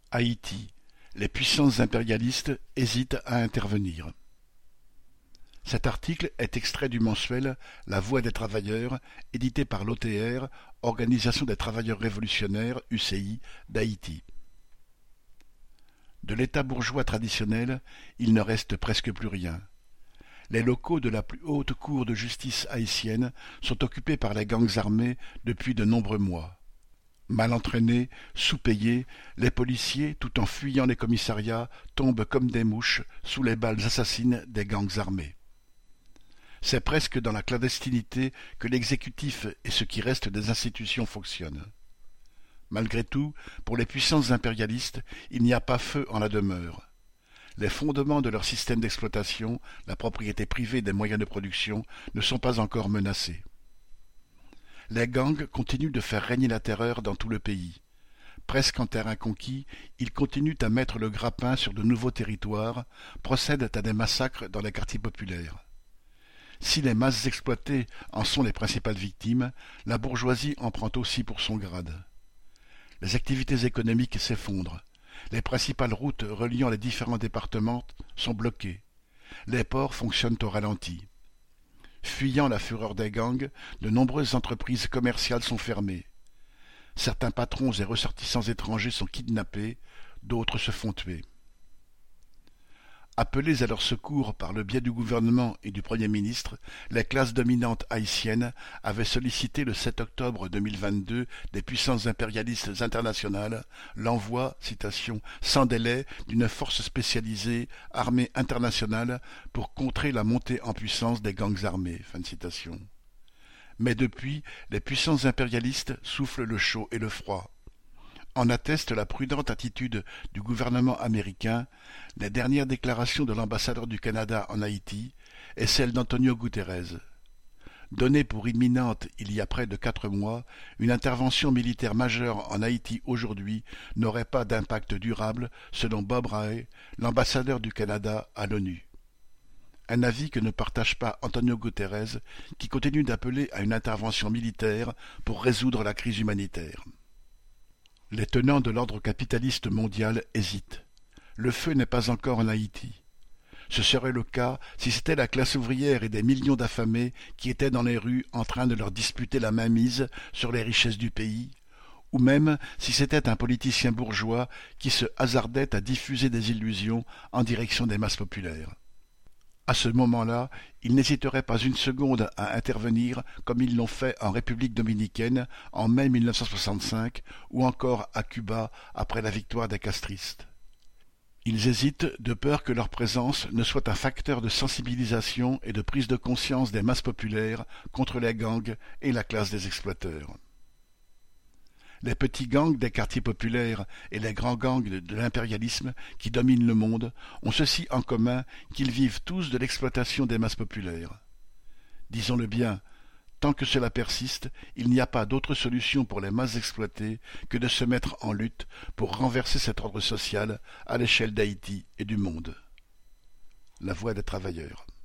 Haïti, les puissances impérialistes hésitent à intervenir. Cet article est extrait du mensuel La Voix des travailleurs, édité par l'OTR, Organisation des travailleurs révolutionnaires (UCI) d'Haïti. De l'État bourgeois traditionnel, il ne reste presque plus rien. Les locaux de la plus haute cour de justice haïtienne sont occupés par les gangs armés depuis de nombreux mois. Mal entraînés, sous-payés, les policiers, tout en fuyant les commissariats, tombent comme des mouches sous les balles assassines des gangs armés. C'est presque dans la clandestinité que l'exécutif et ce qui reste des institutions fonctionnent. Malgré tout, pour les puissances impérialistes, il n'y a pas feu en la demeure. Les fondements de leur système d'exploitation, la propriété privée des moyens de production, ne sont pas encore menacés. Les gangs continuent de faire régner la terreur dans tout le pays. Presque en terrain conquis, ils continuent à mettre le grappin sur de nouveaux territoires, procèdent à des massacres dans les quartiers populaires. Si les masses exploitées en sont les principales victimes, la bourgeoisie en prend aussi pour son grade. Les activités économiques s'effondrent. Les principales routes reliant les différents départements sont bloquées. Les ports fonctionnent au ralenti. Fuyant la fureur des gangs, de nombreuses entreprises commerciales sont fermées. Certains patrons et ressortissants étrangers sont kidnappés, d'autres se font tuer. Appelées à leur secours par le biais du gouvernement et du Premier ministre, les classes dominantes haïtiennes avaient sollicité le 7 octobre 2022 des puissances impérialistes internationales l'envoi, citation, sans délai d'une force spécialisée, armée internationale, pour contrer la montée en puissance des gangs armés. Fin de citation. Mais depuis, les puissances impérialistes soufflent le chaud et le froid. En atteste la prudente attitude du gouvernement américain, les dernières déclarations de l'ambassadeur du Canada en Haïti et celles d'Antonio Guterres. Donnée pour imminente il y a près de 4 mois, une intervention militaire majeure en Haïti aujourd'hui n'aurait pas d'impact durable, selon Bob Rae, l'ambassadeur du Canada à l'ONU. Un avis que ne partage pas Antonio Guterres, qui continue d'appeler à une intervention militaire pour résoudre la crise humanitaire. Les tenants de l'ordre capitaliste mondial hésitent. Le feu n'est pas encore en Haïti. Ce serait le cas si c'était la classe ouvrière et des millions d'affamés qui étaient dans les rues en train de leur disputer la mainmise sur les richesses du pays, ou même si c'était un politicien bourgeois qui se hasardait à diffuser des illusions en direction des masses populaires. À ce moment-là, ils n'hésiteraient pas une seconde à intervenir comme ils l'ont fait en République dominicaine en mai 1965 ou encore à Cuba après la victoire des castristes. Ils hésitent de peur que leur présence ne soit un facteur de sensibilisation et de prise de conscience des masses populaires contre les gangs et la classe des exploiteurs. Les petits gangs des quartiers populaires et les grands gangs de l'impérialisme qui dominent le monde ont ceci en commun qu'ils vivent tous de l'exploitation des masses populaires. Disons-le bien, tant que cela persiste, il n'y a pas d'autre solution pour les masses exploitées que de se mettre en lutte pour renverser cet ordre social à l'échelle d'Haïti et du monde. La Voix des travailleurs.